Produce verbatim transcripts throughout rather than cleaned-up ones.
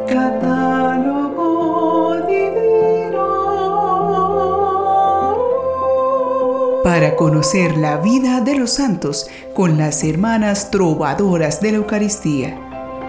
Catálogo divino. Para conocer la vida de los santos con las hermanas trovadoras de la Eucaristía.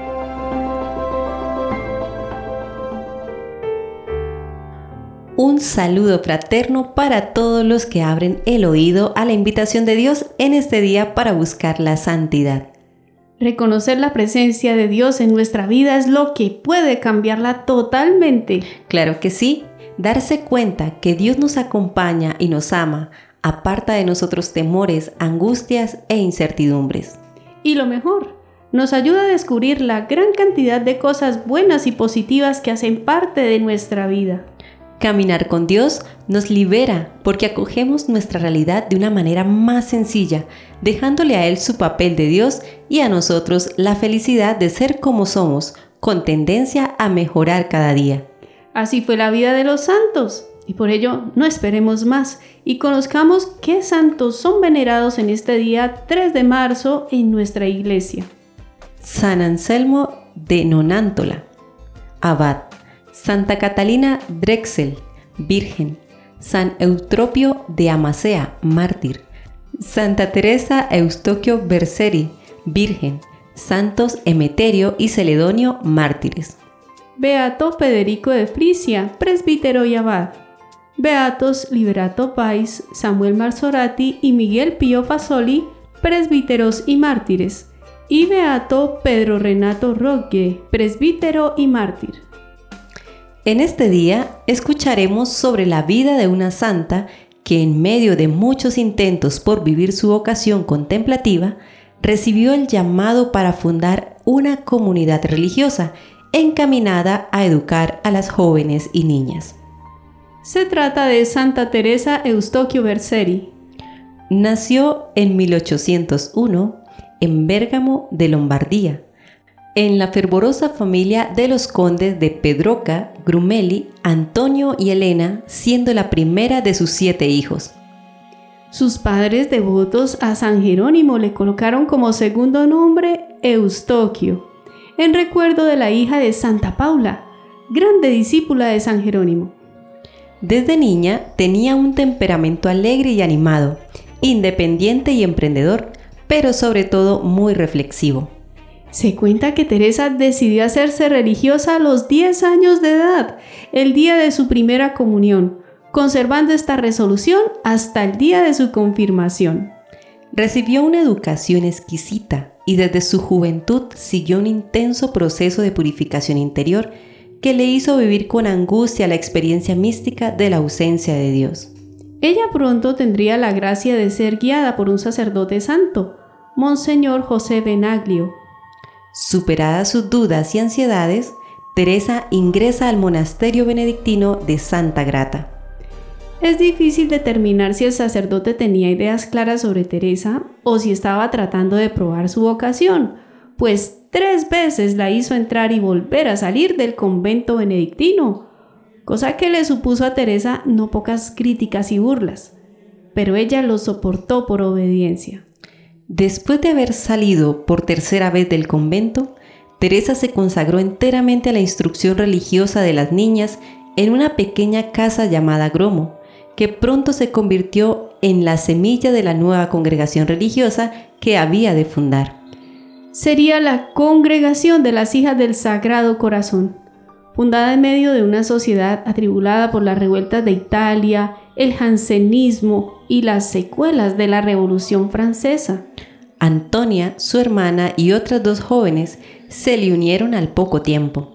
Un saludo fraterno para todos los que abren el oído a la invitación de Dios en este día para buscar la santidad. Reconocer la presencia de Dios en nuestra vida es lo que puede cambiarla totalmente. Claro que sí, darse cuenta que Dios nos acompaña y nos ama, aparta de nosotros temores, angustias e incertidumbres. Y lo mejor, nos ayuda a descubrir la gran cantidad de cosas buenas y positivas que hacen parte de nuestra vida. Caminar con Dios nos libera porque acogemos nuestra realidad de una manera más sencilla, dejándole a Él su papel de Dios y a nosotros la felicidad de ser como somos, con tendencia a mejorar cada día. Así fue la vida de los santos, y por ello no esperemos más y conozcamos qué santos son venerados en este día tres de marzo en nuestra iglesia. San Anselmo de Nonantola, abad. Santa Catalina Drexel, virgen. San Eutropio de Amasea, mártir. Santa Teresa Eustoquio Berseri, virgen. Santos Emeterio y Celedonio, mártires. Beato Federico de Frisia, presbítero y abad. Beatos Liberato Pais, Samuel Marzorati y Miguel Pío Fasoli, presbíteros y mártires. Y Beato Pedro Renato Roque, presbítero y mártir. En este día escucharemos sobre la vida de una santa que en medio de muchos intentos por vivir su vocación contemplativa, recibió el llamado para fundar una comunidad religiosa encaminada a educar a las jóvenes y niñas. Se trata de Santa Teresa Eustoquio Berseri. Nació en mil ochocientos uno en Bérgamo de Lombardía, en la fervorosa familia de los condes de Pedroca, Grumelli, Antonio y Elena, siendo la primera de sus siete hijos. Sus padres devotos a San Jerónimo le colocaron como segundo nombre Eustoquio, en recuerdo de la hija de Santa Paula, grande discípula de San Jerónimo. Desde niña tenía un temperamento alegre y animado, independiente y emprendedor, pero sobre todo muy reflexivo. Se cuenta que Teresa decidió hacerse religiosa a los diez años de edad, el día de su primera comunión, conservando esta resolución hasta el día de su confirmación. Recibió una educación exquisita y desde su juventud siguió un intenso proceso de purificación interior que le hizo vivir con angustia la experiencia mística de la ausencia de Dios. Ella pronto tendría la gracia de ser guiada por un sacerdote santo, Monseñor José Benaglio. Superadas sus dudas y ansiedades, Teresa ingresa al monasterio benedictino de Santa Grata. Es difícil determinar si el sacerdote tenía ideas claras sobre Teresa o si estaba tratando de probar su vocación, pues tres veces la hizo entrar y volver a salir del convento benedictino, cosa que le supuso a Teresa no pocas críticas y burlas, pero ella lo soportó por obediencia. Después de haber salido por tercera vez del convento, Teresa se consagró enteramente a la instrucción religiosa de las niñas en una pequeña casa llamada Gromo, que pronto se convirtió en la semilla de la nueva congregación religiosa que había de fundar. Sería la Congregación de las Hijas del Sagrado Corazón, fundada en medio de una sociedad atribulada por las revueltas de Italia, el jansenismo y las secuelas de la Revolución Francesa. Antonia, su hermana y otras dos jóvenes se le unieron al poco tiempo.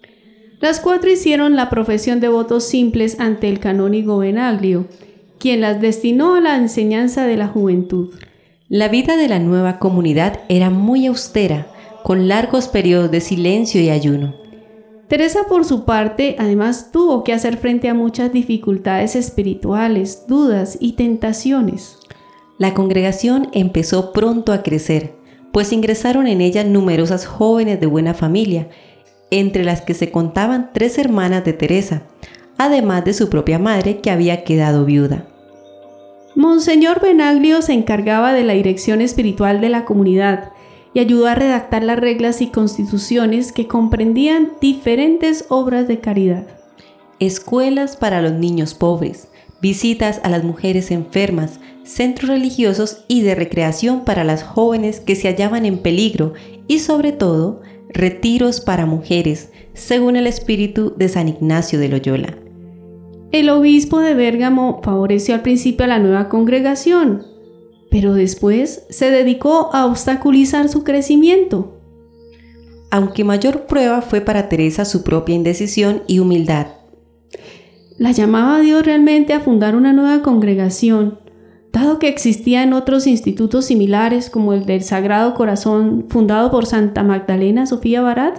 Las cuatro hicieron la profesión de votos simples ante el canónigo Benaglio, quien las destinó a la enseñanza de la juventud. La vida de la nueva comunidad era muy austera, con largos periodos de silencio y ayuno. Teresa, por su parte, además tuvo que hacer frente a muchas dificultades espirituales, dudas y tentaciones. La congregación empezó pronto a crecer, pues ingresaron en ella numerosas jóvenes de buena familia, entre las que se contaban tres hermanas de Teresa, además de su propia madre que había quedado viuda. Monseñor Benaglio se encargaba de la dirección espiritual de la comunidad y ayudó a redactar las reglas y constituciones que comprendían diferentes obras de caridad. Escuelas para los niños pobres, visitas a las mujeres enfermas, centros religiosos y de recreación para las jóvenes que se hallaban en peligro y sobre todo, retiros para mujeres, según el espíritu de San Ignacio de Loyola. El obispo de Bérgamo favoreció al principio a la nueva congregación, pero después se dedicó a obstaculizar su crecimiento. Aunque mayor prueba fue para Teresa su propia indecisión y humildad. La llamaba a Dios realmente a fundar una nueva congregación, dado que existían otros institutos similares como el del Sagrado Corazón fundado por Santa Magdalena Sofía Barat.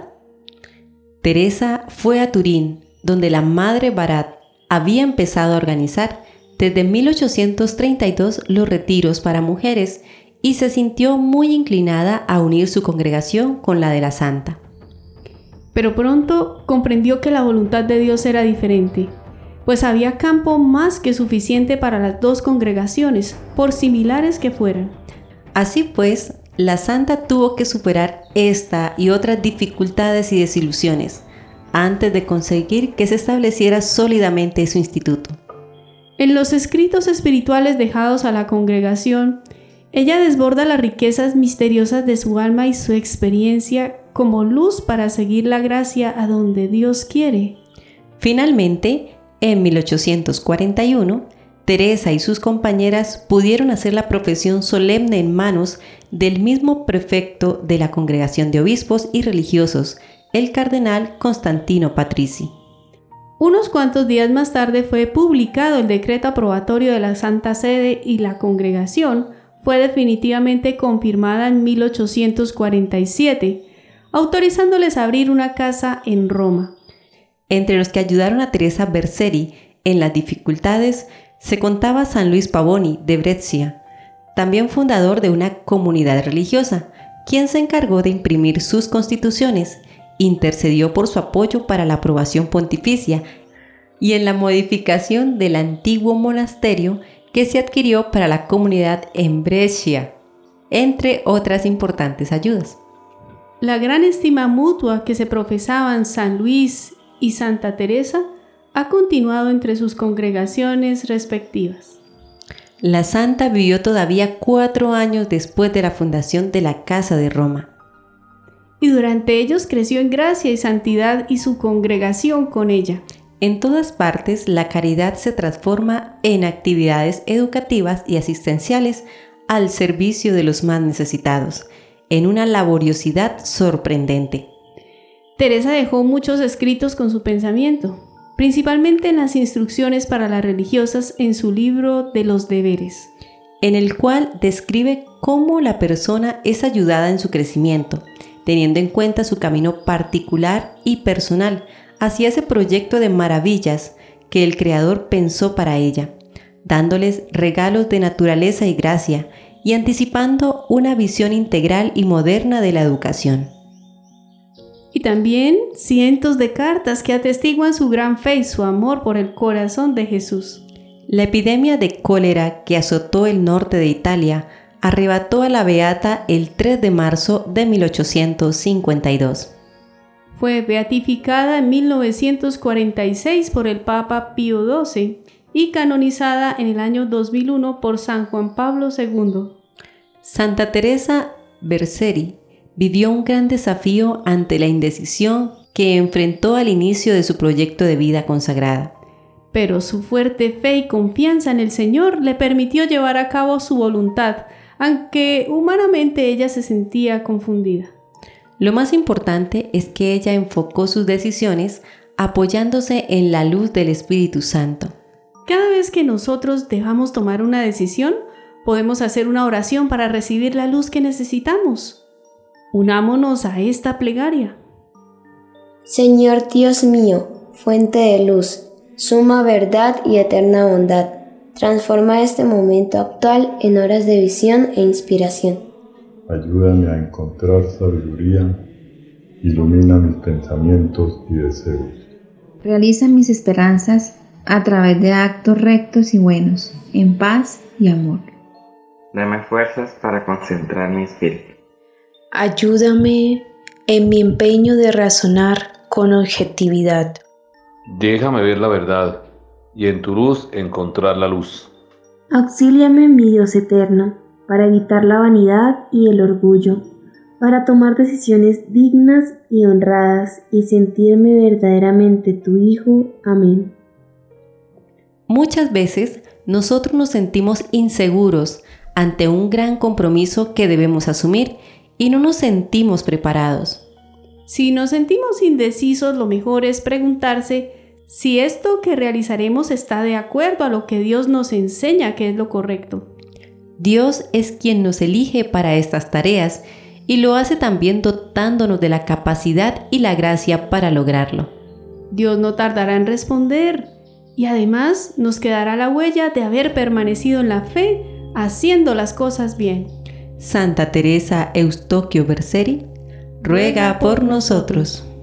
Teresa fue a Turín, donde la Madre Barat había empezado a organizar desde mil ochocientos treinta y dos los retiros para mujeres y se sintió muy inclinada a unir su congregación con la de la Santa. Pero pronto comprendió que la voluntad de Dios era diferente, pues había campo más que suficiente para las dos congregaciones, por similares que fueran. Así pues, la Santa tuvo que superar esta y otras dificultades y desilusiones antes de conseguir que se estableciera sólidamente su instituto. En los escritos espirituales dejados a la congregación, ella desborda las riquezas misteriosas de su alma y su experiencia como luz para seguir la gracia a donde Dios quiere. Finalmente, en mil ochocientos cuarenta y uno, Teresa y sus compañeras pudieron hacer la profesión solemne en manos del mismo prefecto de la Congregación de Obispos y Religiosos, el cardenal Constantino Patrizi. Unos cuantos días más tarde fue publicado el decreto aprobatorio de la Santa Sede y la congregación fue definitivamente confirmada en mil ochocientos cuarenta y siete, autorizándoles a abrir una casa en Roma. Entre los que ayudaron a Teresa Berseri en las dificultades se contaba San Luis Pavoni de Brescia, también fundador de una comunidad religiosa, quien se encargó de imprimir sus constituciones, intercedió por su apoyo para la aprobación pontificia y en la modificación del antiguo monasterio que se adquirió para la comunidad en Brescia, entre otras importantes ayudas. La gran estima mutua que se profesaban San Luis y Santa Teresa ha continuado entre sus congregaciones respectivas. La santa vivió todavía cuatro años después de la fundación de la Casa de Roma. Y durante ellos creció en gracia y santidad y su congregación con ella. En todas partes, la caridad se transforma en actividades educativas y asistenciales al servicio de los más necesitados, en una laboriosidad sorprendente. Teresa dejó muchos escritos con su pensamiento, principalmente en las instrucciones para las religiosas en su libro de los deberes, en el cual describe cómo la persona es ayudada en su crecimiento, teniendo en cuenta su camino particular y personal hacia ese proyecto de maravillas que el Creador pensó para ella, dándoles regalos de naturaleza y gracia y anticipando una visión integral y moderna de la educación. Y también cientos de cartas que atestiguan su gran fe y su amor por el corazón de Jesús. La epidemia de cólera que azotó el norte de Italia arrebató a la beata el tres de marzo de mil ochocientos cincuenta y dos. Fue beatificada en mil novecientos cuarenta y seis por el Papa Pío doce y canonizada en el año dos mil uno por San Juan Pablo segundo. Santa Teresa Berseri vivió un gran desafío ante la indecisión que enfrentó al inicio de su proyecto de vida consagrada. Pero su fuerte fe y confianza en el Señor le permitió llevar a cabo su voluntad, aunque humanamente ella se sentía confundida. Lo más importante es que ella enfocó sus decisiones apoyándose en la luz del Espíritu Santo. Cada vez que nosotros debamos tomar una decisión, podemos hacer una oración para recibir la luz que necesitamos. Unámonos a esta plegaria. Señor Dios mío, fuente de luz, suma verdad y eterna bondad, transforma este momento actual en horas de visión e inspiración. Ayúdame a encontrar sabiduría, ilumina mis pensamientos y deseos. Realiza mis esperanzas a través de actos rectos y buenos, en paz y amor. Dame fuerzas para concentrar mi espíritu. Ayúdame en mi empeño de razonar con objetividad. Déjame ver la verdad y en tu luz encontrar la luz. Auxíliame, mi Dios eterno, para evitar la vanidad y el orgullo, para tomar decisiones dignas y honradas y sentirme verdaderamente tu Hijo. Amén. Muchas veces nosotros nos sentimos inseguros ante un gran compromiso que debemos asumir y no nos sentimos preparados. Si nos sentimos indecisos, lo mejor es preguntarse si esto que realizaremos está de acuerdo a lo que Dios nos enseña que es lo correcto. Dios es quien nos elige para estas tareas y lo hace también dotándonos de la capacidad y la gracia para lograrlo. Dios no tardará en responder y además nos quedará la huella de haber permanecido en la fe haciendo las cosas bien. Santa Teresa Eustoquio Berseri ruega por nosotros.